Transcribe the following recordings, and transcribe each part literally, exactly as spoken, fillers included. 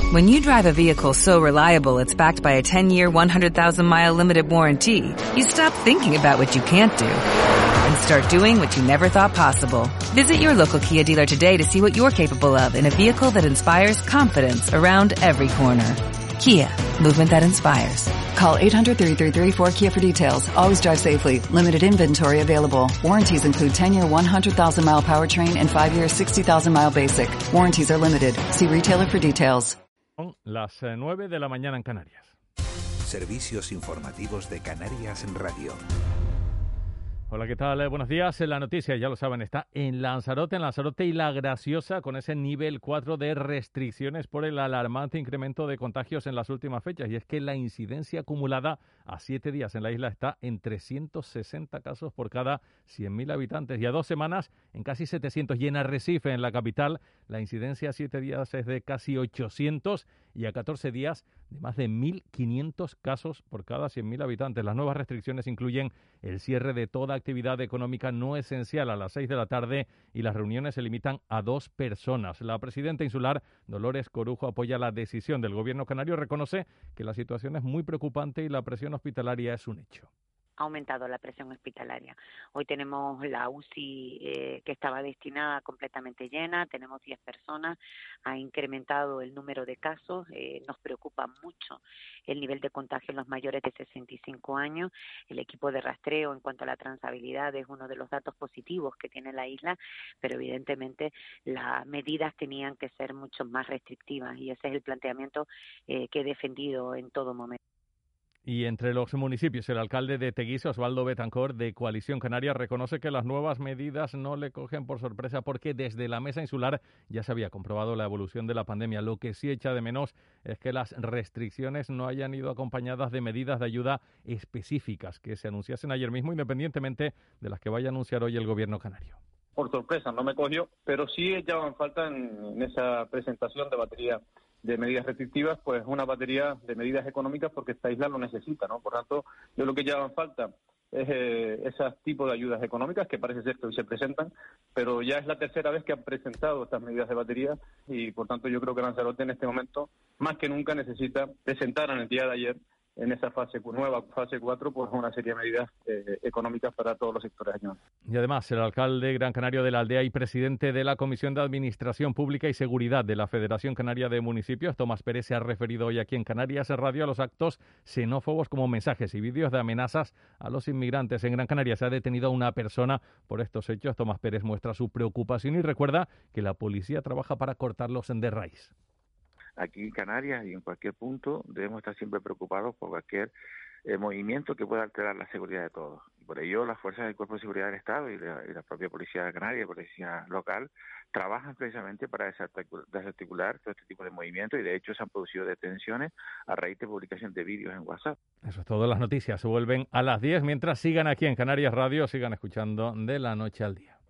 When you drive a vehicle so reliable it's backed by a ten-year, one hundred thousand mile limited warranty, you stop thinking about what you can't do and start doing what you never thought possible. Visit your local Kia dealer today to see what you're capable of in a vehicle that inspires confidence around every corner. Kia, movement that inspires. Call eight hundred, three three three, four Kia for details. Always drive safely. Limited inventory available. Warranties include ten-year, one hundred thousand mile powertrain and five-year, sixty thousand mile basic. Warranties are limited. See retailer for details. Son las nueve de la mañana en Canarias. Servicios informativos de Canarias en Radio. Hola, ¿qué tal? Buenos días. La noticia, ya lo saben, está en Lanzarote, en Lanzarote y La Graciosa, con ese nivel cuatro de restricciones por el alarmante incremento de contagios en las últimas fechas. Y es que la incidencia acumulada a siete días en la isla está en trescientos sesenta casos por cada cien mil habitantes. Y a dos semanas en casi setecientos. Y en Arrecife, en la capital, la incidencia a siete días es de casi ochocientos y a catorce días de más de mil quinientos casos por cada cien mil habitantes. Las nuevas restricciones incluyen el cierre de toda actividad económica no esencial a las seis de la tarde y las reuniones se limitan a dos personas. La presidenta insular, Dolores Corujo, apoya la decisión del gobierno canario, reconoce que la situación es muy preocupante y la presión hospitalaria es un hecho. Ha aumentado la presión hospitalaria. Hoy tenemos la U C I eh, que estaba destinada completamente llena, tenemos diez personas, ha incrementado el número de casos, eh, nos preocupa mucho el nivel de contagio en los mayores de sesenta y cinco años. El equipo de rastreo en cuanto a la trazabilidad es uno de los datos positivos que tiene la isla, pero evidentemente las medidas tenían que ser mucho más restrictivas y ese es el planteamiento eh, que he defendido en todo momento. Y entre los municipios, el alcalde de Teguise, Osvaldo Betancor, de Coalición Canaria, reconoce que las nuevas medidas no le cogen por sorpresa porque desde la mesa insular ya se había comprobado la evolución de la pandemia. Lo que sí echa de menos es que las restricciones no hayan ido acompañadas de medidas de ayuda específicas que se anunciasen ayer mismo, independientemente de las que vaya a anunciar hoy el gobierno canario. Por sorpresa, no me cogió, pero sí echaban falta en, en esa presentación de batería de medidas restrictivas, pues una batería de medidas económicas porque esta isla lo necesita, ¿no? Por tanto, yo lo que llevaban falta es eh, ese tipo de ayudas económicas que parece ser que hoy se presentan, pero ya es la tercera vez que han presentado estas medidas de batería y, por tanto, yo creo que Lanzarote en este momento, más que nunca, necesita presentar en el día de ayer, en esa fase nueva, fase cuatro, pues una serie de medidas eh, económicas para todos los sectores ayudantes. Y además, el alcalde gran canario de la Aldea y presidente de la Comisión de Administración Pública y Seguridad de la Federación Canaria de Municipios, Tomás Pérez, se ha referido hoy aquí en Canarias Radio a los actos xenófobos como mensajes y vídeos de amenazas a los inmigrantes. En Gran Canaria se ha detenido a una persona por estos hechos. Tomás Pérez muestra su preocupación y recuerda que la policía trabaja para cortarlos de raíz. Aquí en Canarias y en cualquier punto debemos estar siempre preocupados por cualquier eh, movimiento que pueda alterar la seguridad de todos. Y por ello las fuerzas del Cuerpo de Seguridad del Estado y la, y la propia Policía de Canarias, Policía Local, trabajan precisamente para desarticular todo este tipo de movimientos y de hecho se han producido detenciones a raíz de publicación de vídeos en WhatsApp. Eso es todo, las noticias se vuelven a las diez. Mientras sigan aquí en Canarias Radio, sigan escuchando De la Noche al Día.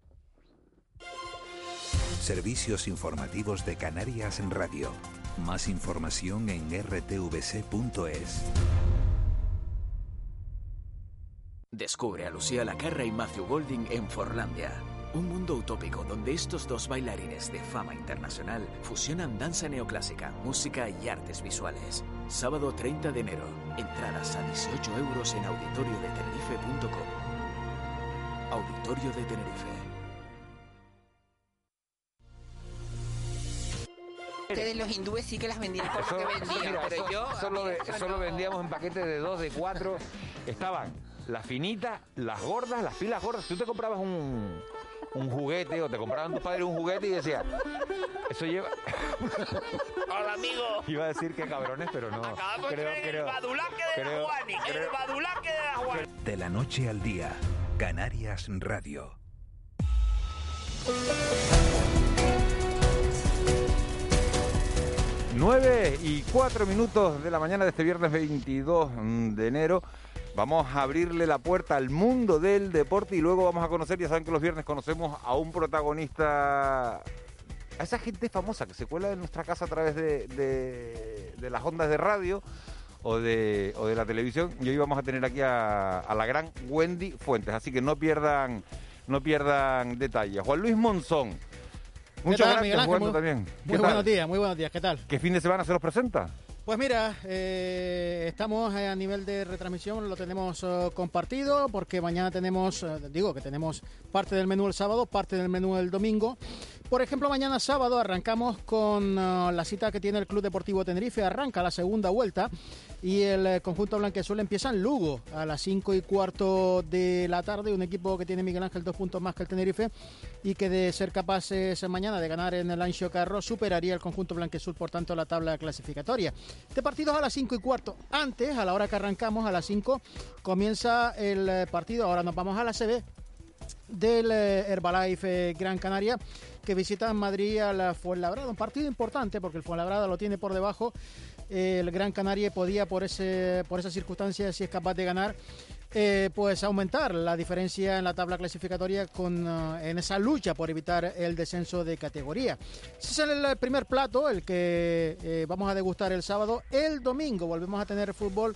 Servicios informativos de Canarias en Radio. Más información en r t v c punto es. Descubre a Lucía Lacarra y Matthew Golding en Forlandia. Un mundo utópico donde estos dos bailarines de fama internacional fusionan danza neoclásica, música y artes visuales. Sábado treinta de enero. Entradas a dieciocho euros en auditorio de tenerife punto com. Auditorio de Tenerife. Ustedes los hindúes sí que las vendían por lo que vendían, mira, pero so, yo... Solo, de, eso solo no. vendíamos en paquetes de dos, de cuatro. Estaban las finitas, las gordas, las pilas gordas. Tú te comprabas un, un juguete o te compraban tus padres un juguete y decías, eso lleva... Hola, amigo. Iba a decir que cabrones, pero no. Acabamos creo, de creo, el badulaque de creo, la Juani, creo, el badulaque de la Juani. De la noche al día, Canarias Radio. nueve y cuatro minutos de la mañana de este viernes veintidós de enero. Vamos a abrirle la puerta al mundo del deporte y luego vamos a conocer, ya saben que los viernes conocemos a un protagonista, a esa gente famosa que se cuela en nuestra casa a través de, de, de las ondas de radio o de, o de la televisión. Y hoy vamos a tener aquí a, a la gran Wendy Fuentes, así que no pierdan, no pierdan detalles. Juan Luis Monzón, Muchas tal, gracias, Miguel Ángel? Bueno, Muy- también. Muy ¿Qué buenos tal? días, muy buenos días. ¿Qué tal? ¿Qué fin de semana se los presenta? Pues mira, eh, estamos a nivel de retransmisión, lo tenemos eh, compartido porque mañana tenemos, eh, digo que tenemos parte del menú el sábado, parte del menú el domingo. Por ejemplo, mañana sábado arrancamos con uh, la cita que tiene el Club Deportivo Tenerife, arranca la segunda vuelta y el eh, conjunto blanquiazul empieza en Lugo a las cinco y cuarto de la tarde, un equipo que tiene Miguel Ángel dos puntos más que el Tenerife y que de ser capaces mañana de ganar en el Anxo Carro superaría el conjunto blanquiazul, por tanto, la tabla clasificatoria. Este partido es a las cinco y cuarto. Antes, a la hora que arrancamos, a las cinco, comienza el eh, partido. Ahora nos vamos a la C B del eh, Herbalife eh, Gran Canaria, que visita en Madrid a la Fuenlabrada. Un partido importante porque el Fuenlabrada lo tiene por debajo. Eh, el Gran Canaria podía, por ese por esa circunstancia, si es capaz de ganar, eh, pues aumentar la diferencia en la tabla clasificatoria con uh, en esa lucha por evitar el descenso de categoría. Ese es el primer plato, el que eh, vamos a degustar el sábado. El domingo volvemos a tener fútbol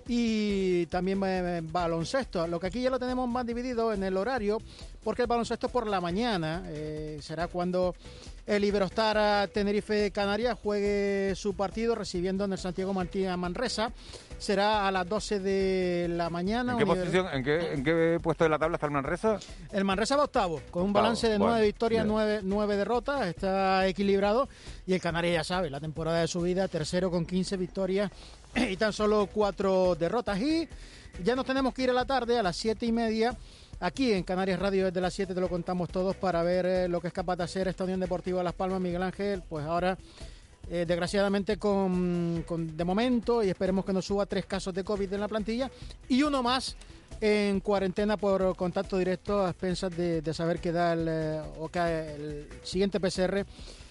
y también eh, baloncesto. Lo que aquí ya lo tenemos más dividido en el horario, porque el baloncesto es por la mañana. Eh, será cuando el Iberostar Tenerife Canarias juegue su partido recibiendo en el Santiago Martín a Manresa. Será a las doce de la mañana. ¿En qué, Univer- posición, en, qué, ¿En qué puesto de la tabla está el Manresa? El Manresa va octavo, con un Octavo, balance de bueno, nueve victorias, bien. nueve, nueve derrotas. Está equilibrado. Y el Canarias, ya sabe, la temporada de su vida, tercero con quince victorias y tan solo cuatro derrotas. Y ya nos tenemos que ir a la tarde, a las siete y media. Aquí en Canarias Radio desde las siete te lo contamos todos para ver eh, lo que es capaz de hacer esta Unión Deportiva Las Palmas. Miguel Ángel, pues ahora, eh, desgraciadamente, con, con de momento, y esperemos que no suba, tres casos de COVID en la plantilla y uno más en cuarentena por contacto directo, a expensas de, de saber qué da el, eh, o que el siguiente P C R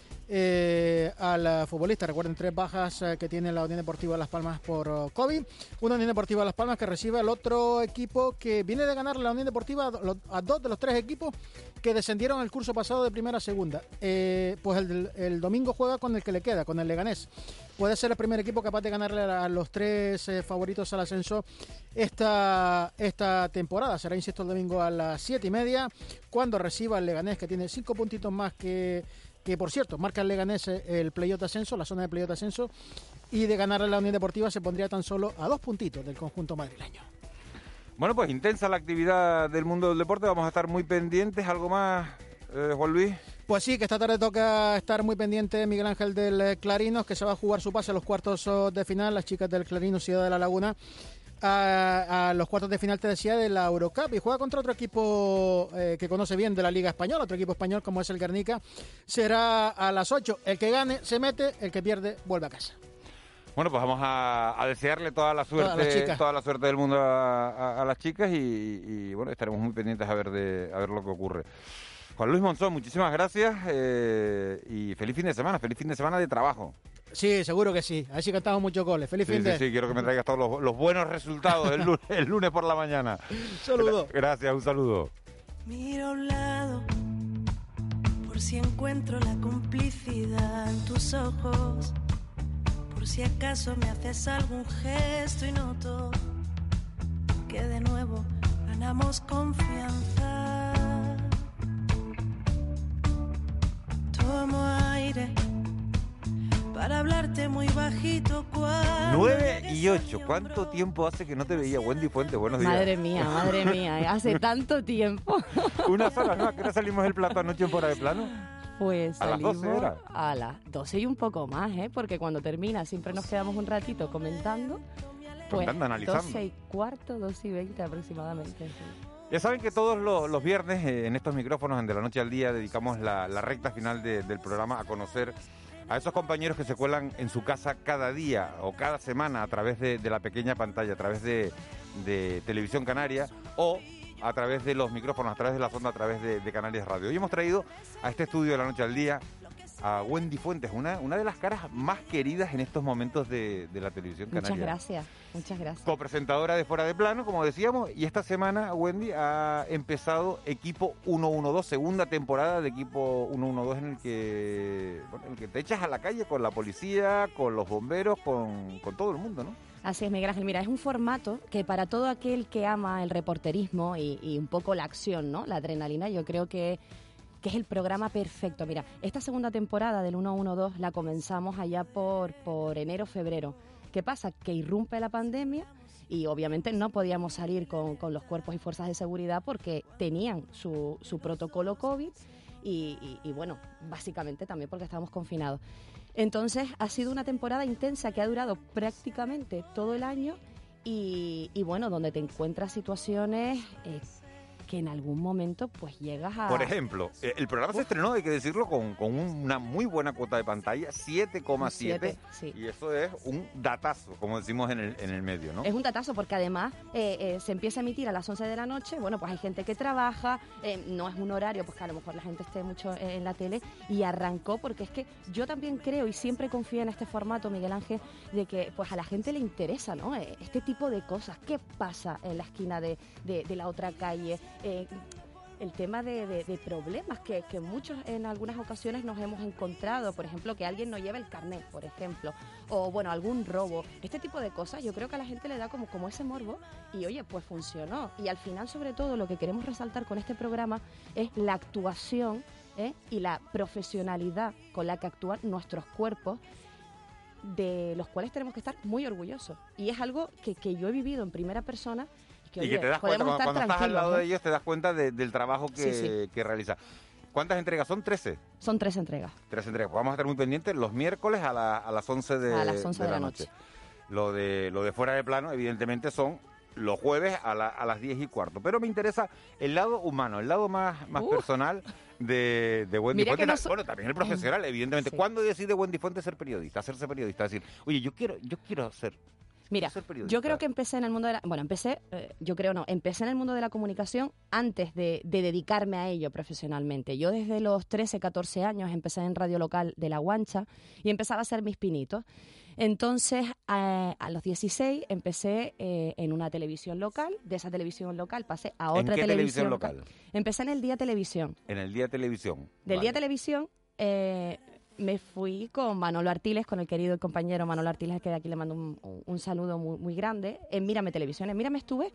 eh, al futbolista. Recuerden, tres bajas eh, que tiene la Unión Deportiva Las Palmas por uh, COVID. Una Unión Deportiva Las Palmas que recibe al otro equipo que viene de ganar la Unión Deportiva a, a dos de los tres equipos que descendieron el curso pasado de primera a segunda. Eh, pues el, el domingo juega con el que le queda, con el Leganés. Puede ser el primer equipo capaz de ganarle a los tres eh, favoritos al ascenso esta, esta temporada. Será, insisto, el domingo a las siete y media, cuando reciba el Leganés, que tiene cinco puntitos más que, que por cierto, marca el Leganés el playoff de ascenso, la zona de playoff de ascenso, y de ganar a la Unión Deportiva se pondría tan solo a dos puntitos del conjunto madrileño. Bueno, pues intensa la actividad del mundo del deporte. Vamos a estar muy pendientes. ¿Algo más, eh, Juan Luis? Pues sí, que esta tarde toca estar muy pendiente Miguel Ángel del eh, Clarinos, que se va a jugar su pase a los cuartos oh, de final, las chicas del Clarinos Ciudad de la Laguna, a, a los cuartos de final, te decía, de la Eurocup, y juega contra otro equipo eh, que conoce bien de la Liga Española, otro equipo español como es el Guernica. Será a las ocho. El que gane se mete, el que pierde vuelve a casa. Bueno, pues vamos a, a desearle toda la Todas las suerte, chicas. toda la suerte del mundo a, a- a las chicas y, y, bueno, estaremos muy pendientes a ver de a ver lo que ocurre. Juan Luis Monzón, muchísimas gracias eh, y feliz fin de semana, feliz fin de semana de trabajo. Sí, seguro que sí. A ver si cantamos muchos goles. Feliz Sí, fin sí, de... sí, quiero que me traigas todos los, los buenos resultados el lunes, el lunes por la mañana. Saludos. Gracias, un saludo. Miro a un lado por si encuentro la complicidad en tus ojos, por si acaso me haces algún gesto y noto que de nuevo ganamos confianza. Tomo aire para hablarte muy bajito cuando nueve y ocho, ¿cuánto tiempo hace que no te veía, Wendy Fuentes? Buenos días. Madre mía, madre mía, hace tanto tiempo. Unas horas, ¿no? ¿A qué hora salimos del plato anoche en Fuera de Plano? Pues ¿A las salimos doce era? a las doce y un poco más, ¿eh? Porque cuando termina siempre nos quedamos un ratito comentando. Pues Contando, analizando. doce y cuarto, doce y veinte aproximadamente. Sí. Ya saben que todos los, los viernes eh, en estos micrófonos, en De la Noche al Día, dedicamos la, la recta final de- del programa a conocer a esos compañeros que se cuelan en su casa cada día o cada semana a través de, de la pequeña pantalla, a través de, de Televisión Canaria o a través de los micrófonos, a través de la sonda, a través de, de Canarias Radio. Hoy hemos traído a este estudio de La Noche al Día a Wendy Fuentes, una, una de las caras más queridas en estos momentos de, de la televisión canaria. Muchas gracias, muchas gracias. Copresentadora de Fuera de Plano, como decíamos, y esta semana, Wendy, ha empezado Equipo ciento doce, segunda temporada de Equipo ciento doce, en el que, bueno, en el que te echas a la calle con la policía, con los bomberos, con, con todo el mundo, ¿no? Así es, Miguel Ángel. Mira, es un formato que para todo aquel que ama el reporterismo y, y un poco la acción, ¿no? La adrenalina, yo creo que... que que es el programa perfecto. Mira, esta segunda temporada del uno uno dos la comenzamos allá por, por enero, febrero. ¿Qué pasa? Que irrumpe la pandemia y obviamente no podíamos salir con, con los cuerpos y fuerzas de seguridad porque tenían su, su protocolo COVID y, y, y bueno, básicamente también porque estábamos confinados. Entonces ha sido una temporada intensa que ha durado prácticamente todo el año y, y bueno, donde te encuentras situaciones eh, que en algún momento pues llegas a... Por ejemplo, eh, el programa Uf. se estrenó, hay que decirlo, con, con una muy buena cuota de pantalla, siete coma siete, sí. Y eso es un datazo, como decimos en el, en el medio, ¿no? Es un datazo porque además eh, eh, se empieza a emitir a las once de la noche, bueno, pues hay gente que trabaja, eh, no es un horario, pues que a lo mejor la gente esté mucho eh, en la tele, y arrancó porque es que yo también creo y siempre confío en este formato, Miguel Ángel, de que pues a la gente le interesa, ¿no? Eh, este tipo de cosas, ¿qué pasa en la esquina de, de, de la otra calle? Eh, el tema de, de, de problemas que, que muchos en algunas ocasiones nos hemos encontrado, por ejemplo, que alguien no lleva el carnet, por ejemplo, o bueno, algún robo, este tipo de cosas, yo creo que a la gente le da como, como ese morbo y oye, pues funcionó. Y al final, sobre todo, lo que queremos resaltar con este programa es la actuación ¿eh? y la profesionalidad con la que actúan nuestros cuerpos, de los cuales tenemos que estar muy orgullosos. Y es algo que, que yo he vivido en primera persona. Que, y oye, que te das cuenta, cuando, cuando estás al lado ¿no? de ellos, te das cuenta de, del trabajo que, sí, sí. que realiza. ¿Cuántas entregas son? ¿trece? Son tres entregas. Tres entregas. Pues vamos a estar muy pendientes los miércoles a, la, a las once de, a las once de, de la, la noche. noche. Lo de, lo de fuera de plano, evidentemente, son los jueves a, la, a las diez y cuarto. Pero me interesa el lado humano, el lado más, más uh. personal de, de Wendy Fuentes. No so... Bueno, también el profesional, evidentemente. Sí. ¿Cuándo decide Wendy Fuentes ser periodista, hacerse periodista? Decir, oye, yo quiero, yo quiero ser... Mira, yo creo que empecé en el mundo de la... Bueno, empecé, eh, yo creo no, empecé en el mundo de la comunicación antes de, de dedicarme a ello profesionalmente. Yo desde los trece, catorce años empecé en radio local de La Guancha y empezaba a hacer mis pinitos. Entonces, a, a los dieciséis empecé eh, en una televisión local. De esa televisión local pasé a otra ¿En qué televisión, televisión local? local. Empecé en el Día Televisión. En el Día Televisión. Del vale. Día Televisión... Eh, me fui con Manolo Artiles, con el querido compañero Manolo Artiles, que de aquí le mando un, un saludo muy, muy grande, en Mírame Televisión. En Mírame estuve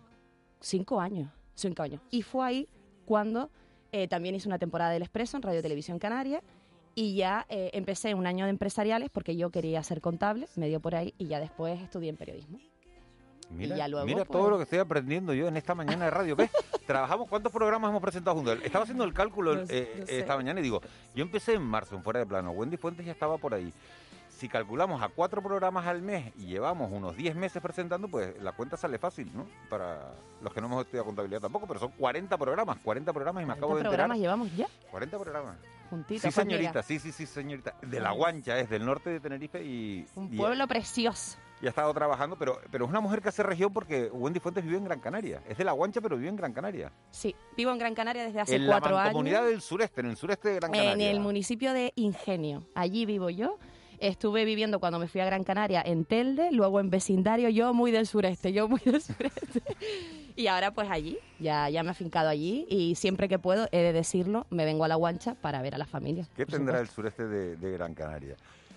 cinco años, cinco años. Y fue ahí cuando eh, también hice una temporada del Expreso en Radio Televisión Canaria y ya eh, empecé un año de empresariales porque yo quería ser contable, me dio por ahí, y ya después estudié en periodismo. Mira, y ya luego, mira pues... todo lo que estoy aprendiendo yo en esta mañana de radio. ¿Ves? Trabajamos, ¿cuántos programas hemos presentado juntos? Estaba haciendo el cálculo no, eh, no esta mañana y digo, yo empecé en marzo, en Fuera de Plano. Wendy Fuentes ya estaba por ahí. Si calculamos a cuatro programas al mes y llevamos unos diez meses presentando, pues la cuenta sale fácil, ¿no? Para los que no hemos estudiado contabilidad tampoco, pero son cuarenta programas, cuarenta programas y me acabo de enterar. ¿cuarenta programas llevamos ya? cuarenta programas. Juntitos, sí, señorita, pues sí, sí, sí, señorita. De La Guancha, es del norte de Tenerife y... Un y, pueblo precioso. Y ha estado trabajando, pero, pero es una mujer que hace región porque Wendy Fuentes vive en Gran Canaria. Es de La Guancha, pero vive en Gran Canaria. Sí, vivo en Gran Canaria desde hace en cuatro la años. En la comunidad del sureste, en el sureste de Gran Canaria. En el municipio de Ingenio. Allí vivo yo. Estuve viviendo cuando me fui a Gran Canaria en Telde, luego en vecindario, yo muy del sureste, yo muy del sureste. Y ahora pues allí, ya, ya me he afincado allí y siempre que puedo, he de decirlo, me vengo a La Guancha para ver a la familia. ¿Qué tendrá supuesto. el sureste de, de Gran Canaria?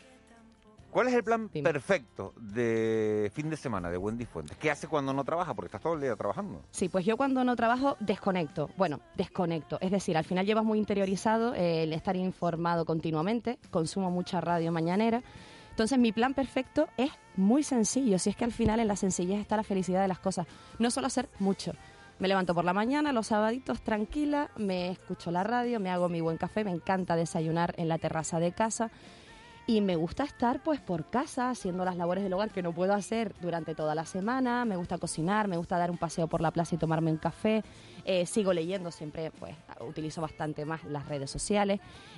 ¿Cuál es el plan Dime. perfecto de fin de semana de Wendy Fuentes? ¿Qué hace cuando no trabaja? Porque estás todo el día trabajando. Sí, pues yo cuando no trabajo desconecto. Bueno, desconecto. Es decir, al final llevas muy interiorizado eh, el estar informado continuamente. Consumo mucha radio mañanera. Entonces mi plan perfecto es muy sencillo. Si es que al final en la sencillez está la felicidad de las cosas. No solo hacer mucho. Me levanto por la mañana, los sabaditos, tranquila, me escucho la radio, me hago mi buen café. Me encanta desayunar en la terraza de casa. Y me gusta estar pues por casa haciendo las labores del hogar que no puedo hacer durante toda la semana. Me gusta cocinar, me gusta dar un paseo por la plaza y tomarme un café. Eh, sigo leyendo, siempre pues utilizo bastante más las redes sociales.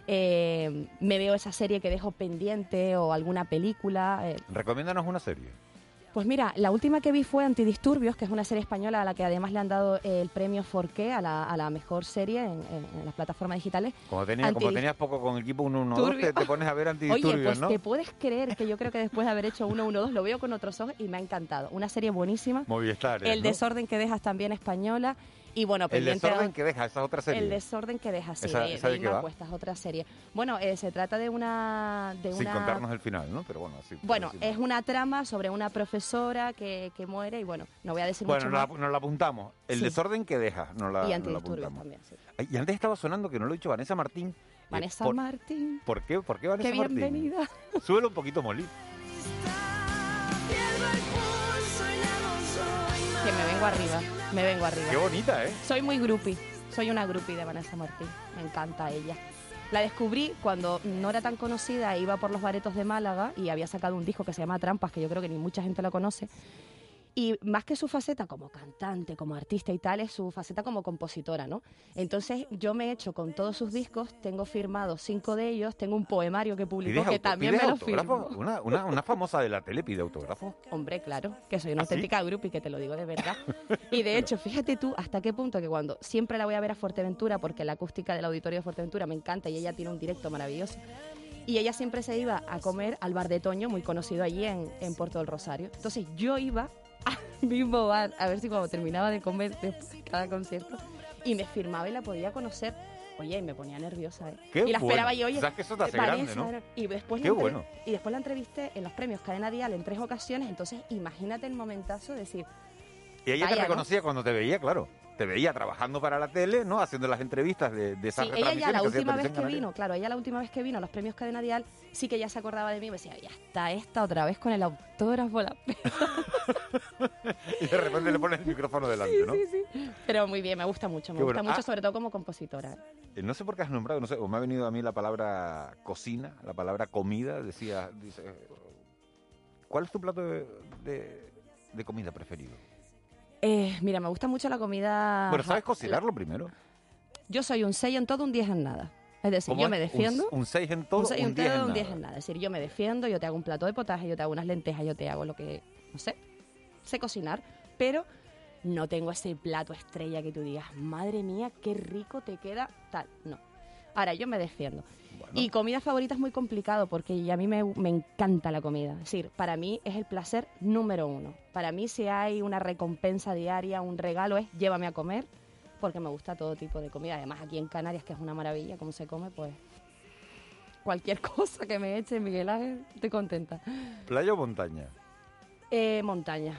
Eh, me veo esa serie que dejo pendiente o alguna película. Eh. Recomiéndanos una serie. Pues mira, la última que vi fue Antidisturbios, que es una serie española a la que además le han dado el premio Forqué a la, a la mejor serie en, en, en las plataformas digitales. Como, tenía, como tenías poco con el equipo uno uno dos, te, te pones a ver Antidisturbios, Oye, pues ¿no? te puedes creer que yo creo que después de haber hecho uno uno dos lo veo con otros ojos y me ha encantado. Una serie buenísima. Movistar, El ¿no? desorden que dejas también española. Y bueno, El pendiente desorden de- que deja, esa es otra serie. El desorden que deja, sí, ¿Esa- de, esa de de qué Irma va? Cuesta, es otra serie. Bueno, eh, se trata de una... De Sin una... contarnos el final, ¿no? Pero bueno, sí. Bueno, por encima. es una trama sobre una profesora que, que muere y bueno, no voy a decir Bueno, mucho nos la, más. nos la apuntamos. El Sí. desorden que deja, nos la, Y nos la antidisturbios apuntamos. también, sí. Ay, y antes estaba sonando, que no lo he dicho, Vanessa Martín. Eh, Vanessa por, Martín, ¿Por qué? ¿Por qué Vanessa qué Martín? bienvenida. Súbelo un poquito, Molly. Que me vengo arriba, me vengo arriba. Qué bonita, ¿eh? Soy muy groupie, soy una groupie de Vanessa Martín, me encanta ella. La descubrí cuando no era tan conocida, iba por los baretos de Málaga y había sacado un disco que se llama Trampas, que yo creo que ni mucha gente lo conoce. Y más que su faceta como cantante, como artista y tal, es su faceta como compositora, ¿no? Entonces yo me he hecho con todos sus discos, tengo firmados cinco de ellos, tengo un poemario que publicó ¿Pides que auto- también pides me lo autógrafo? firmó. Una, una, una famosa de la tele pide autógrafo. Hombre, claro, que soy una ¿Ah, sí? auténtica groupie, que te lo digo de verdad. Y de hecho, fíjate tú hasta qué punto que cuando siempre la voy a ver a Fuerteventura, porque la acústica del auditorio de Fuerteventura me encanta y ella tiene un directo maravilloso, y ella siempre se iba a comer al bar de Toño, muy conocido allí en, en Puerto del Rosario. Entonces yo iba al mismo bar, a ver si cuando terminaba de comer después de cada concierto, y me firmaba y la podía conocer. Oye, y me ponía nerviosa, ¿eh? Qué y la esperaba bueno. yo, oye, Sabes que eso te hace Vanessa, grande, ¿no? era- Y después, Qué la entre- bueno. y después la entrevisté en los premios Cadena Dial en tres ocasiones, entonces imagínate el momentazo de decir... Y ella Vaya, te ¿no? reconocía cuando te veía, claro. Te veía trabajando para la tele, ¿no? Haciendo las entrevistas de, de esas Sí, ella ya la retransmisiones que hacía última vez Televisión que Canaria. vino, claro, ella la última vez que vino a los premios Cadena Dial, sí que ya se acordaba de mí y me decía, ya está esta otra vez con el autógrafo. La... Y de repente le pones el micrófono delante, ¿no? Sí, sí. Pero muy bien, me gusta mucho, me Qué gusta bueno. mucho, Ah. sobre todo como compositora. Eh, No sé por qué has nombrado, no sé, o me ha venido a mí la palabra cocina, la palabra comida, decía, dice, eh, ¿cuál es tu plato de, de- de comida preferido? Eh, mira, me gusta mucho la comida... Bueno, ¿sabes ja- cocinarlo primero? Yo soy un seis en todo, un diez en nada. Es decir, ¿Cómo yo es? me defiendo... Un seis en todo, un seis en un diez todo, en un diez nada. en nada. Es decir, yo me defiendo, yo te hago un plato de potaje, yo te hago unas lentejas, yo te hago lo que... No sé, sé cocinar, pero no tengo ese plato estrella que tú digas, madre mía, qué rico te queda, tal. No. Ahora, yo me defiendo. Y comida favorita es muy complicado porque a mí me, me encanta la comida. Es decir, para mí es el placer número uno. Para mí si hay una recompensa diaria, un regalo, es llévame a comer porque me gusta todo tipo de comida. Además, aquí en Canarias, que es una maravilla cómo se come, pues cualquier cosa que me eche Miguel Ángel, estoy contenta. ¿Playa o montaña? Eh, montaña.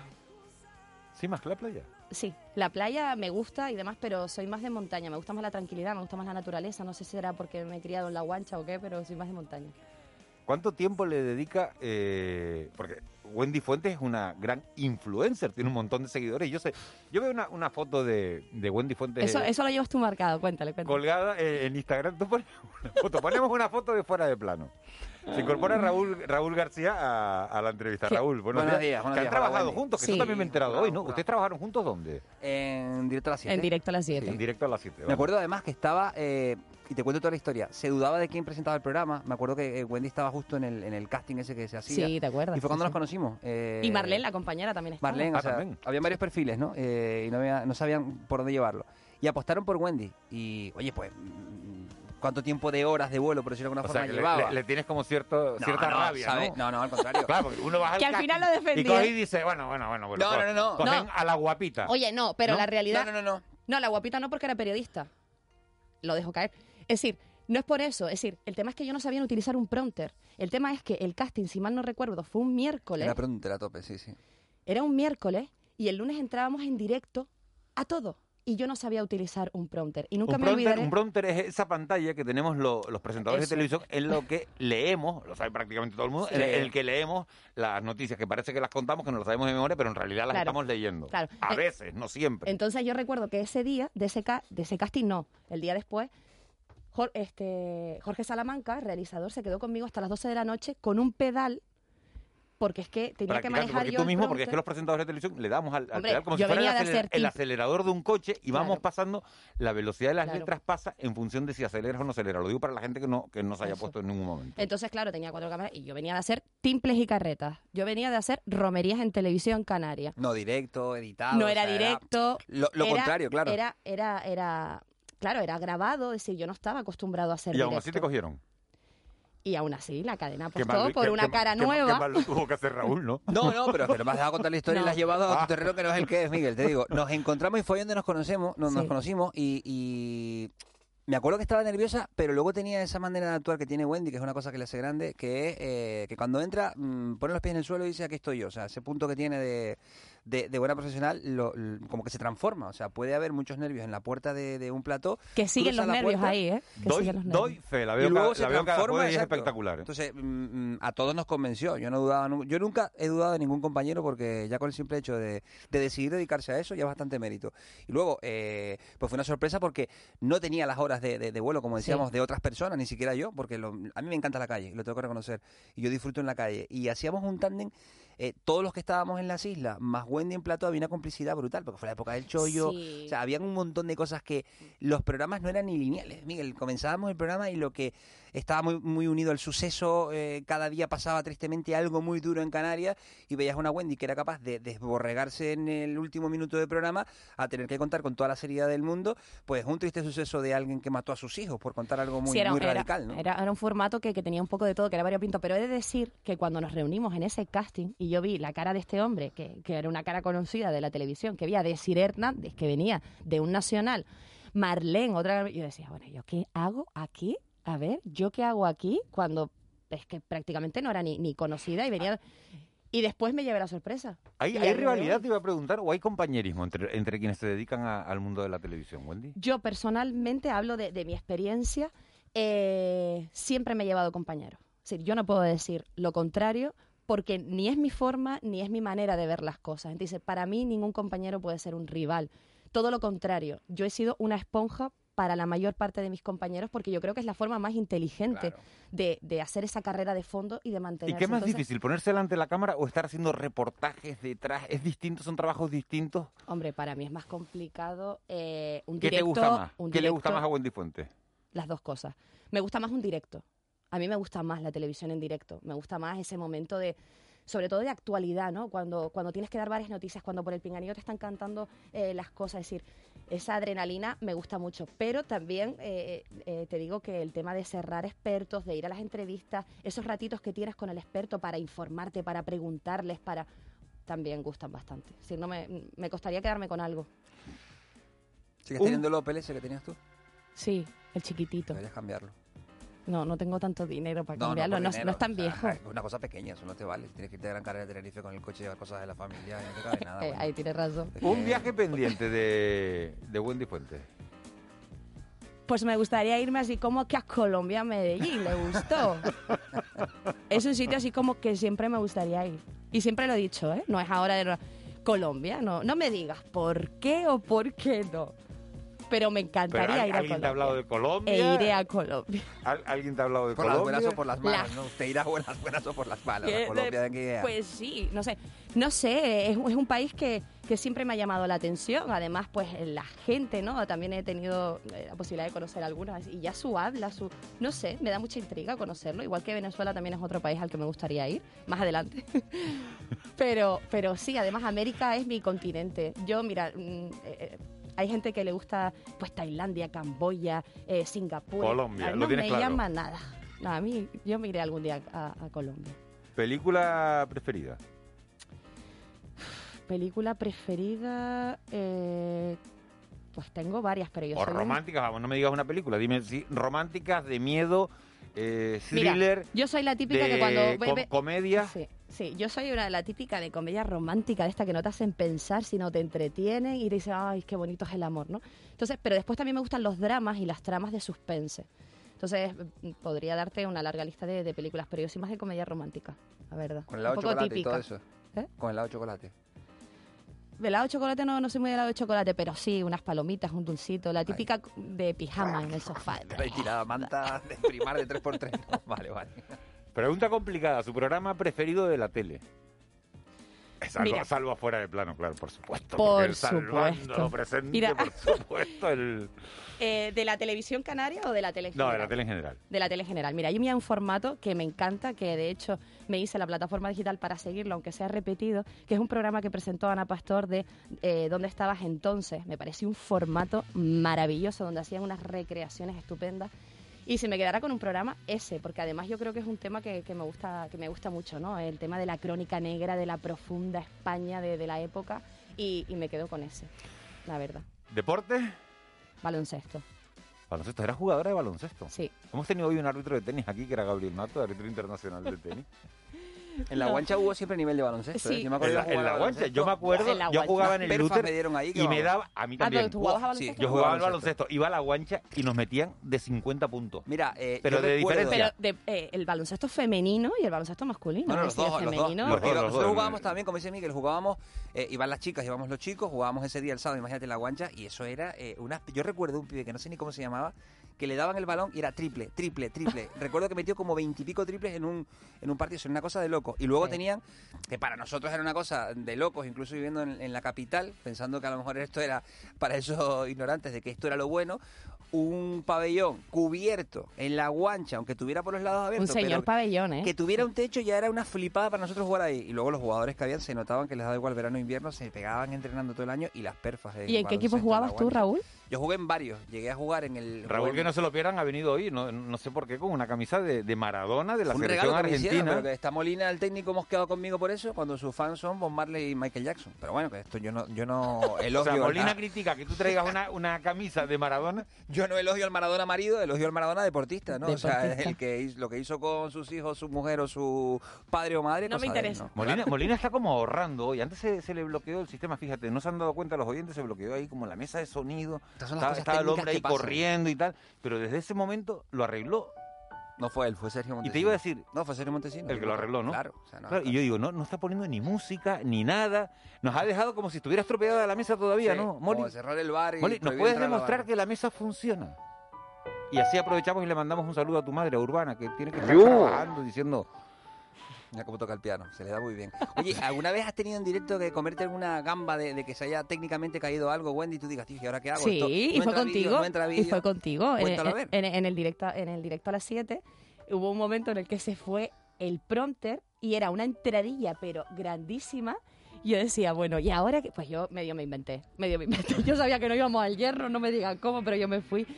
Sí, más que la playa. Sí, la playa me gusta y demás, pero soy más de montaña. Me gusta más la tranquilidad, me gusta más la naturaleza. No sé si será porque me he criado en La Guancha o qué, pero soy más de montaña. ¿Cuánto tiempo le dedica? eh, porque Wendy Fuentes es una gran influencer, tiene un montón de seguidores. Y yo sé, yo veo una, una foto de, de Wendy Fuentes Eso, eh, eso lo llevas tú marcado, cuéntale, cuéntale. colgada eh, en Instagram. Tú pones una foto, ponemos una foto de fuera de plano. Se incorpora Raúl Raúl García a, a la entrevista. ¿Qué? Raúl, buenos, Buenos días. días, buenos que días, han hola, trabajado Wendy. juntos, que Sí. eso también me he enterado Hola, hoy, ¿no? hola. ¿Ustedes trabajaron juntos dónde? En directo a las siete. En directo a las siete. En directo a las siete. Me acuerdo además que estaba, eh, y te cuento toda la historia, se dudaba de quién presentaba el programa. Me acuerdo que eh, Wendy estaba justo en el, en el casting ese que se hacía. Sí, ¿te acuerdas? Y fue cuando Sí, nos sí. conocimos. eh, Y Marlene, la compañera, también estaba. Marlene, Ah, o sea, también. había varios perfiles, ¿no? Eh, y no, había- no sabían por dónde llevarlo. Y apostaron por Wendy. Y, oye, pues, mm, ¿cuánto tiempo de horas de vuelo, por decirlo de alguna O forma, sea, que le, llevaba? le- le tienes como cierto, No, cierta no, rabia, ¿sabe? ¿no? No, no, al contrario. Claro, porque uno va al Que al casting final lo defendía. Y coge y dice, bueno, bueno, bueno. bueno No, co- no, no, no. Cogen No. a la guapita. Oye, no, pero ¿No? la realidad... No, no, no, no. No, la guapita no porque era periodista. Lo dejo caer. Es decir, no es por eso. Es decir, el tema es que yo no sabía utilizar un prompter. El tema es que el casting, si mal no recuerdo, fue un miércoles. Era pronto, era a tope, sí, sí. Era un miércoles y el lunes entrábamos en directo a todo. Y yo no sabía utilizar un prompter. Y nunca Un me prompter, olvidaré... un prompter es esa pantalla que tenemos lo- los presentadores Eso. de televisión en lo que leemos, lo sabe prácticamente todo el mundo, Sí. en el, el que leemos las noticias, que parece que las contamos, que no las sabemos de memoria, pero en realidad las Claro. estamos leyendo. Claro. A Eh, veces, no siempre. Entonces yo recuerdo que ese día, de ese, ca- de ese casting, no, el día después, Jor- este, Jorge Salamanca, realizador, se quedó conmigo hasta las doce de la noche con un pedal, porque es que tenía que Practicando, manejar porque yo tú el mismo, porque es que prompter. los presentadores de televisión le damos al, al Hombre, pedal como si yo fuera el, venía de aceler- hacer el tip- acelerador de un coche y vamos Claro. pasando la velocidad de las Claro. letras pasa en función de si aceleras o no aceleras. Lo digo para la gente que no, que no se haya Eso. puesto en ningún momento. Entonces, claro, tenía cuatro cámaras y yo venía de hacer timples y carretas. Yo venía de hacer romerías en televisión canaria. No directo, editado. No o era sea, directo. Lo, lo era- contrario, claro. Era, era, era, claro, era grabado, es decir, yo no estaba acostumbrado a hacer Y aún directo. así te cogieron. Y aún así, la cadena Qué apostó mal- por qué- una qué- cara qué- nueva. Qué mal lo tuvo que hacer Raúl, ¿no? No, no, pero que no me has dejado contar la historia No. y la has llevado a Ah. otro terreno que no es el que es, Miguel. Te digo, nos encontramos y fue donde nos conocemos, nos, nos Sí. conocimos y, y me acuerdo que estaba nerviosa, pero luego tenía esa manera de actuar que tiene Wendy, que es una cosa que le hace grande, que es eh, que cuando entra, mmm, pone los pies en el suelo y dice, aquí estoy yo. O sea, ese punto que tiene de, de, de buena profesional, lo, l- como que se transforma. O sea, puede haber muchos nervios en la puerta de, de un plató. Que siguen cruza los la nervios puerta, ahí, ¿eh? Que Doy, siguen los nervios. doy fe, la y veo, luego ca- se la veo cada transforma, jueves y es exacto. espectacular. ¿eh? Entonces, mm, mm, a todos nos convenció. Yo no dudaba, nu- yo nunca he dudado de ningún compañero porque ya con el simple hecho de, de decidir dedicarse a eso ya es bastante mérito. Y luego, eh, pues fue una sorpresa porque no tenía las horas de, de- de vuelo, como decíamos, Sí. de otras personas, ni siquiera yo, porque lo- a mí me encanta la calle, lo tengo que reconocer. Y yo disfruto en la calle. Y hacíamos un tándem. Eh, todos los que estábamos en las islas, más Wendy en plató, había una complicidad brutal, porque fue la época del chollo, Sí. o sea, había un montón de cosas que los programas no eran ni lineales. Miguel, comenzábamos el programa y lo que estaba muy, muy unido al suceso, eh, cada día pasaba tristemente algo muy duro en Canarias y veías a una Wendy que era capaz de desborregarse en el último minuto del programa a tener que contar con toda la seriedad del mundo, pues un triste suceso de alguien que mató a sus hijos, por contar algo muy, Sí, era, muy era- radical, ¿no? era, era un formato que, que tenía un poco de todo, que era variopinto, pero he de decir que cuando nos reunimos en ese casting y yo vi la cara de este hombre, que, que era una cara conocida de la televisión, que vi a Desiree Hernández, que venía de un nacional, Marlene, otra, yo decía, bueno, ¿yo qué hago aquí? A ver, ¿yo qué hago aquí? Cuando es que prácticamente no era ni, ni conocida y venía... Y después me llevé la sorpresa. ¿Hay, Y hay a día de rivalidad, hoy- te iba a preguntar, o hay compañerismo entre, entre quienes se dedican a- al mundo de la televisión, Wendy? Yo personalmente hablo de, de mi experiencia, eh, siempre me he llevado compañeros. Es decir, yo no puedo decir lo contrario porque ni es mi forma ni es mi manera de ver las cosas. Entonces, para mí ningún compañero puede ser un rival. Todo lo contrario, yo he sido una esponja para la mayor parte de mis compañeros porque yo creo que es la forma más inteligente de, de hacer esa carrera de fondo y de ¿Y mantenerse. qué es más Entonces, difícil, ponerse delante de la cámara o estar haciendo reportajes detrás? ¿Es distinto? ¿Son trabajos distintos? Hombre, para mí es más complicado eh, un ¿Qué directo... te gusta más? un ¿Qué le gusta directo- más a Wendy Fuentes? Las dos cosas. Me gusta más un directo. A mí me gusta más la televisión en directo. Me gusta más ese momento de, sobre todo de actualidad, ¿no? Cuando, cuando tienes que dar varias noticias, cuando por el pinganillo te están cantando eh, las cosas. Es decir, esa adrenalina me gusta mucho. Pero también eh, eh, te digo que el tema de cerrar expertos, de ir a las entrevistas, esos ratitos que tienes con el experto para informarte, para preguntarles, para... también gustan bastante. Es decir, no me, me costaría quedarme con algo. ¿Sigues Un- teniendo el Opel ese que tenías tú? Sí, el chiquitito. Deberías cambiarlo. No, no tengo tanto dinero para No, no, cambiarlo. por No, dinero, no es tan o sea, viejo. Es una cosa pequeña, eso no te vale. Tienes que irte a Gran Canaria de Tenerife con el coche y llevar cosas de la familia y no te cabe nada. Eh, bueno. ahí tienes razón. Es Un que- viaje pendiente de, de Wendy Fuentes. Pues me gustaría irme así como que a Colombia, a Medellín, le gustó. Es un sitio así como que siempre me gustaría ir. Y siempre lo he dicho, ¿eh? No es ahora de Colombia, no, no me digas por qué o por qué no. Pero me encantaría Pero, ¿al- ir a ¿Alguien te ha Colombia. hablado de Colombia? E iré a Colombia. ¿Al- ¿Alguien te ha hablado de Por las Colombia? buenas o por las malas, La- ¿no? Usted irá por las buenas o por las malas. Que- A Colombia, ¿de qué idea? Pues sí, no sé, no sé, es, es un país que, que siempre me ha llamado la atención, además pues la gente, ¿no? También he tenido eh, la posibilidad de conocer algunas y ya su habla, su, no sé, me da mucha intriga conocerlo, igual que Venezuela también es otro país al que me gustaría ir, más adelante. pero, pero sí, además América es mi continente. Yo, mira, mm, eh, hay gente que le gusta pues Tailandia, Camboya, eh, Singapur. Colombia, A mí lo no tienes me claro. llama nada. No, a mí, yo me iré algún día a, a Colombia. ¿Película preferida? Película preferida, eh, pues tengo varias, pero yo O soy de- románticas, vamos, no me digas una película, dime si románticas, de miedo, eh, Mira, thriller, yo soy la típica de que cuando com- ve- comedia. Sí, sí, yo soy una la típica de comedia romántica, de esta que no te hacen pensar, sino te entretienen y te dicen, ay, qué bonito es el amor, ¿no? Entonces, pero después también me gustan los dramas y las tramas de suspense. Entonces, mm, podría darte una larga lista de, de películas, pero yo soy más de comedia romántica, la verdad. Con helado Un de poco chocolate típica. y todo eso. ¿Eh? Con helado de chocolate. De helado de chocolate no, no soy muy de helado de chocolate, pero sí, unas palomitas, un dulcito, la típica de pijama en el sofá. Te la he tirado manta de primar de tres por tres. No, vale, vale. Pregunta complicada, ¿su programa preferido de la tele? Salvo, Mira. salvo afuera de plano, claro, por supuesto. Por porque salvando supuesto. lo presente, Mira. por supuesto, el... Eh, ¿De la televisión canaria o de la tele No, general? de la tele en general. De la tele general. Mira, yo me un formato que me encanta, que de hecho me hice la plataforma digital para seguirlo, aunque sea repetido, que es un programa que presentó Ana Pastor de eh, ¿Dónde estabas entonces? Me pareció un formato maravilloso, donde hacían unas recreaciones estupendas. Y si me quedara con un programa, ese, porque además yo creo que es un tema que, que me gusta que me gusta mucho, ¿no? El tema de la crónica negra, de la profunda España de, de la época, y, y me quedo con ese, la verdad. ¿Deporte? Baloncesto. Baloncesto, ¿era jugadora de baloncesto? Sí. Hemos tenido hoy un árbitro de tenis aquí, que era Gabriel Mato, árbitro internacional de tenis. En la No. guancha hubo siempre nivel de baloncesto. Sí. ¿eh? Yo me acuerdo En la, de jugar en la al guancha, baloncesto. yo me acuerdo, En la yo guancha. jugaba en el Perfas Luther me dieron ahí, que y me vamos. daba, a mí Ah, también. pero tú jugabas a baloncesto. Yo jugaba al baloncesto. baloncesto, iba a la guancha y nos metían de cincuenta puntos. Mira, eh, Pero yo de recuerdo- diferencia. Pero de, eh, el baloncesto femenino y el baloncesto masculino. Bueno, ¿eh? los Sí, dos, el los dos. femenino. Los Porque dos, los nosotros dos. jugábamos también, como dice Miguel, jugábamos, eh, iban las chicas, íbamos los chicos, jugábamos ese día el sábado, imagínate, en la guancha, y eso era eh, una... Yo recuerdo un pibe que no sé ni cómo se llamaba, que le daban el balón y era triple, triple, triple. Recuerdo que metió como veintipico triples en un, en un partido, eso era una cosa de locos. Y luego Sí. tenían, que para nosotros era una cosa de locos, incluso viviendo en, en la capital, pensando que a lo mejor esto era para esos ignorantes de que esto era lo bueno, un pabellón cubierto en la guancha, aunque tuviera por los lados Un abiertos. señor pero pabellón, ¿eh? que tuviera un techo ya era una flipada para nosotros jugar ahí. Y luego los jugadores que habían se notaban que les daba igual verano e invierno, se pegaban entrenando todo el año y las perfas. de ¿Y en qué equipo baloncesto en la jugabas tú, guancha. Raúl? Yo jugué en varios. Llegué a jugar en el... Raúl, que no se lo pierdan, ha venido hoy, no, no sé por qué, con una camisa de, de Maradona, de la Fue un selección regalo que me hicieron, argentina. pero que está Molina, el técnico, hemos quedado conmigo por eso, cuando sus fans son Bob Marley y Michael Jackson. Pero bueno, que esto yo no, yo no elogio... O sea, Molina a- critica que tú traigas una, una camisa de Maradona. Yo no elogio al Maradona marido, elogio al Maradona deportista, ¿no? O sea, Deportista. el que hizo- lo que hizo con sus hijos, su mujer o su padre o madre... No me cosa de él, interesa. ¿no? Molina, Molina está como ahorrando hoy. Antes se, se le bloqueó el sistema, fíjate, no se han dado cuenta los oyentes, se bloqueó ahí como la mesa de sonido. Estas son las Estaba, cosas estaba el técnicas hombre ahí que pasan. corriendo y tal. Pero desde ese momento lo arregló. No fue él, fue Sergio Y Montesino. te iba a decir, No, fue Sergio Montesino. el que lo arregló, ¿no? Claro. O sea, no, claro, y yo digo, no, no está poniendo ni música, ni nada. Nos ha dejado como si estuviera estropeada la mesa todavía, Sí, ¿no? como Molly, cerrar el bar y Molly, ¿nos prohibir puedes entrar al demostrar bar. que la mesa funciona? Y así aprovechamos y le mandamos un saludo a tu madre, a Urbana, que tiene que estar ¡Yo! trabajando, diciendo... Mira cómo toca el piano, se le da muy bien. Oye, ¿alguna vez has tenido en directo que comerte alguna gamba de, de que se haya técnicamente caído algo, Wendy, y tú digas, tío, ¿y ahora qué hago? Sí, Esto, y no fue entra vídeo, contigo. no entra Y vídeo. fue contigo. En, Cuéntalo a ver. en- en el directo, en el directo a las siete hubo un momento en el que se fue el prompter y era una entradilla, pero grandísima. Y yo decía, bueno, ¿y ahora qué? Pues yo medio me inventé, medio me inventé. Yo sabía que no íbamos al Hierro, no me digan cómo, pero yo me fui.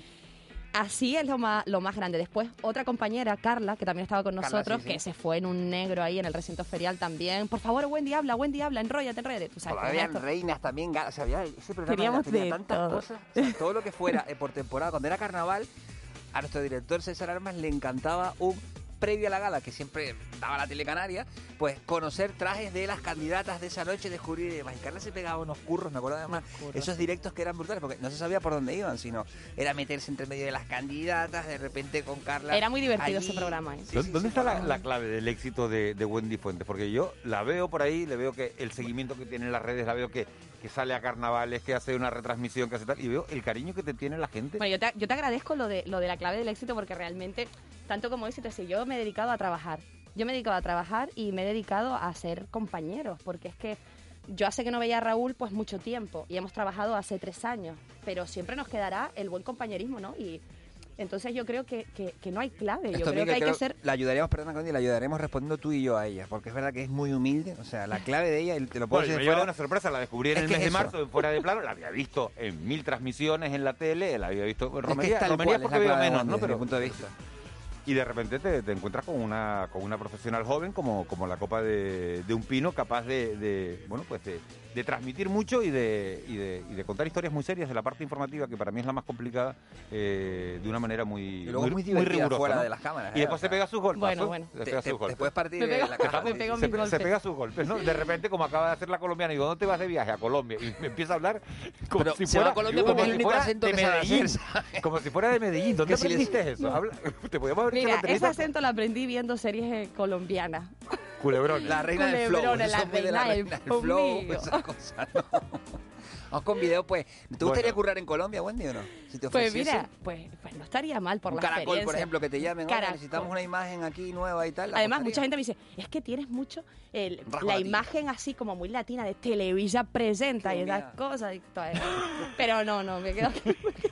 Así es lo más, lo más grande. Después, otra compañera, Carla, que también estaba con Carla, nosotros, sí, sí. que se fue en un negro ahí en el recinto ferial también. Por favor, Wendy, habla, Wendy, habla, enróllate, enróllate. Tú sabes Hola, cómo es habían esto. reinas también, ga- o sea, había ese programa Teníamos tenía de tantas todo. cosas, o sea, todo lo que fuera eh, por temporada. Cuando era carnaval, a nuestro director César Armas le encantaba un previo a la gala, que siempre daba la Telecanaria, pues conocer trajes de las candidatas de esa noche, descubrir y demás. Y Carla se pegaba unos curros, me acuerdo además, esos directos que eran brutales, porque no se sabía por dónde iban, sino era meterse entre medio de las candidatas, de repente con Carla. Era muy divertido allí. ese programa, ¿eh? Sí, ¿Dó- sí, ¿Dónde sí, está la, por la clave del éxito de, de Wendy Fuentes? Porque yo la veo por ahí, le veo que el seguimiento que tiene en las redes, la veo que, que sale a carnavales, que hace una retransmisión, que hace tal, y veo el cariño que te tiene la gente. Bueno, yo te, yo te agradezco lo de, lo de la clave del éxito porque realmente, tanto como éxito, si yo me he dedicado a trabajar. Yo me he dedicado a trabajar y me he dedicado a ser compañeros, porque es que yo hace que no veía a Raúl pues mucho tiempo y hemos trabajado hace tres años, pero siempre nos quedará el buen compañerismo, ¿no? Y entonces yo creo que, que, que no hay clave, yo Esto, creo Miguel, que hay creo- que ser... La ayudaríamos, perdona, Connie, la ayudaremos respondiendo tú y yo a ella, porque es verdad que es muy humilde, o sea, la clave de ella, y te lo puedo Bueno, me decir de lleva fuera, una sorpresa, la descubrí en Es el que mes es de eso. marzo, en Fuera de Plano, la había visto en mil transmisiones en la tele, la había visto en romería, es tal romería cual, es porque la veo clave de menos, Wendy, ¿no? desde Pero mi punto de vista. y de repente te, te encuentras con una con una profesional joven como, como la copa de, de un pino, capaz de, de bueno pues de, de transmitir mucho y de, y, de, y de contar historias muy serias de la parte informativa, que para mí es la más complicada, eh, de una manera muy, Y luego es muy muy divertida rigurosa, fuera ¿no? de las cámaras, Y ¿eh? después O se sea, pega sus golpes. Bueno, bueno. Se Te- pega te- sus golpes. después partir Me de pego- la caja. me pego se, mis se golpes. pega sus golpes, ¿no? De repente, como acaba de hacer la colombiana, digo, ¿dónde te vas de viaje? A Colombia. Y me empieza a hablar como Pero si se va fuera, a Colombia como porque es el si único fuera acento de que sabe Medellín. hacer, ¿sabes? Como si fuera de Medellín. ¿Dónde Que si les- aprendiste eso? Habla- te podíamos haber hecho Mira, la ese entrevista. acento lo aprendí viendo series eh, colombianas. Culebrón. La reina del flow, Culebrones, eso la fue de la reina del reina del flow flow, mío. esas cosas, ¿no? Vamos con video, pues. ¿Te gustaría currar en Colombia, Wendy, o no? Si te Pues ofreciesen. mira, pues, pues no estaría mal por Un la caracol, por experiencia. ejemplo, que te llamen, oye, Caracol. necesitamos una imagen aquí nueva y tal. ¿la Además, costaría? mucha gente me dice, es que tienes mucho el- Rasgo la latino. imagen así como muy latina de Televisa presenta y esas mía. cosas. y todo eso. Pero no, no, me quedo...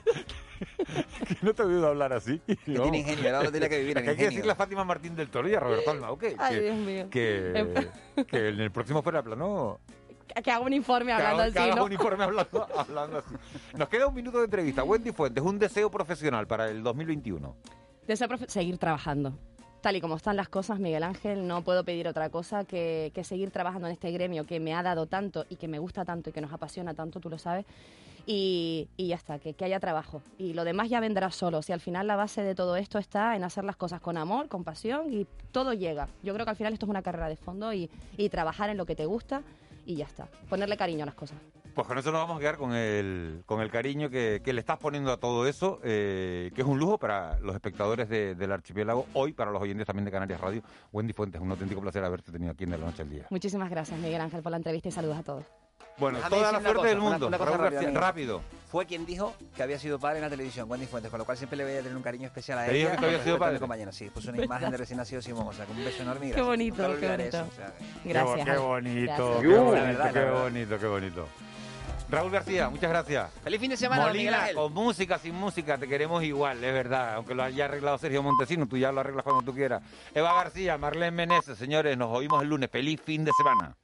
No te he oído hablar así. Que tiene ingenio, ¿verdad? Uno tiene que vivir Es en que hay que ingenio. decirle a Fátima Martín del Toro y a Roberto Almau que, Ay, que, Dios mío. que, que en el próximo Fuera de Plano que haga un informe hablando que así, haga ¿no? un informe hablando, hablando así. Nos queda un minuto de entrevista. Wendy Fuentes, un deseo profesional para el dos mil veintiuno. De ser profe- seguir trabajando. Tal y como están las cosas, Miguel Ángel, no puedo pedir otra cosa que, que seguir trabajando en este gremio que me ha dado tanto y que me gusta tanto y que nos apasiona tanto, tú lo sabes, y, y ya está, que, que haya trabajo. Y lo demás ya vendrá solo. Si al final la base de todo esto está en hacer las cosas con amor, con pasión, y todo llega. Yo creo que al final esto es una carrera de fondo y, y trabajar en lo que te gusta y ya está. Ponerle cariño a las cosas. Pues con eso nos vamos a quedar con el, con el cariño que, que le estás poniendo a todo eso, eh, que es un lujo para los espectadores de, del archipiélago, hoy para los oyentes también de Canarias Radio. Wendy Fuentes, un auténtico placer haberte tenido aquí en De la Noche al Día. Muchísimas gracias, Miguel Ángel, por la entrevista y saludos a todos. Bueno, Déjame toda la decir una suerte cosa, del una- mundo. una cosa Raúl rápida, García, amigo. rápido. Fue quien dijo que había sido padre en la televisión, Wendy Fuentes, con lo cual siempre le voy a tener un cariño especial a ¿Te ella. dijo que tú habías y sido a todos mis padre? compañeros, sí, puso una imagen de recién nacido Simón, o sea, con un beso enorme y Qué gracias. bonito, Nunca lo qué olvidaré bonito. eso, o sea, Gracias. Qué, qué bonito, Gracias. qué La bonito, verdad, la qué verdad. bonito, qué bonito. Raúl García, muchas gracias. Feliz fin de semana, Miguel Molina, Ángel. con música, sin música, te queremos igual, es verdad. Aunque lo haya arreglado Sergio Montesino, tú ya lo arreglas cuando tú quieras. Eva García, Marlene Meneses, señores, nos oímos el lunes. Feliz fin de semana.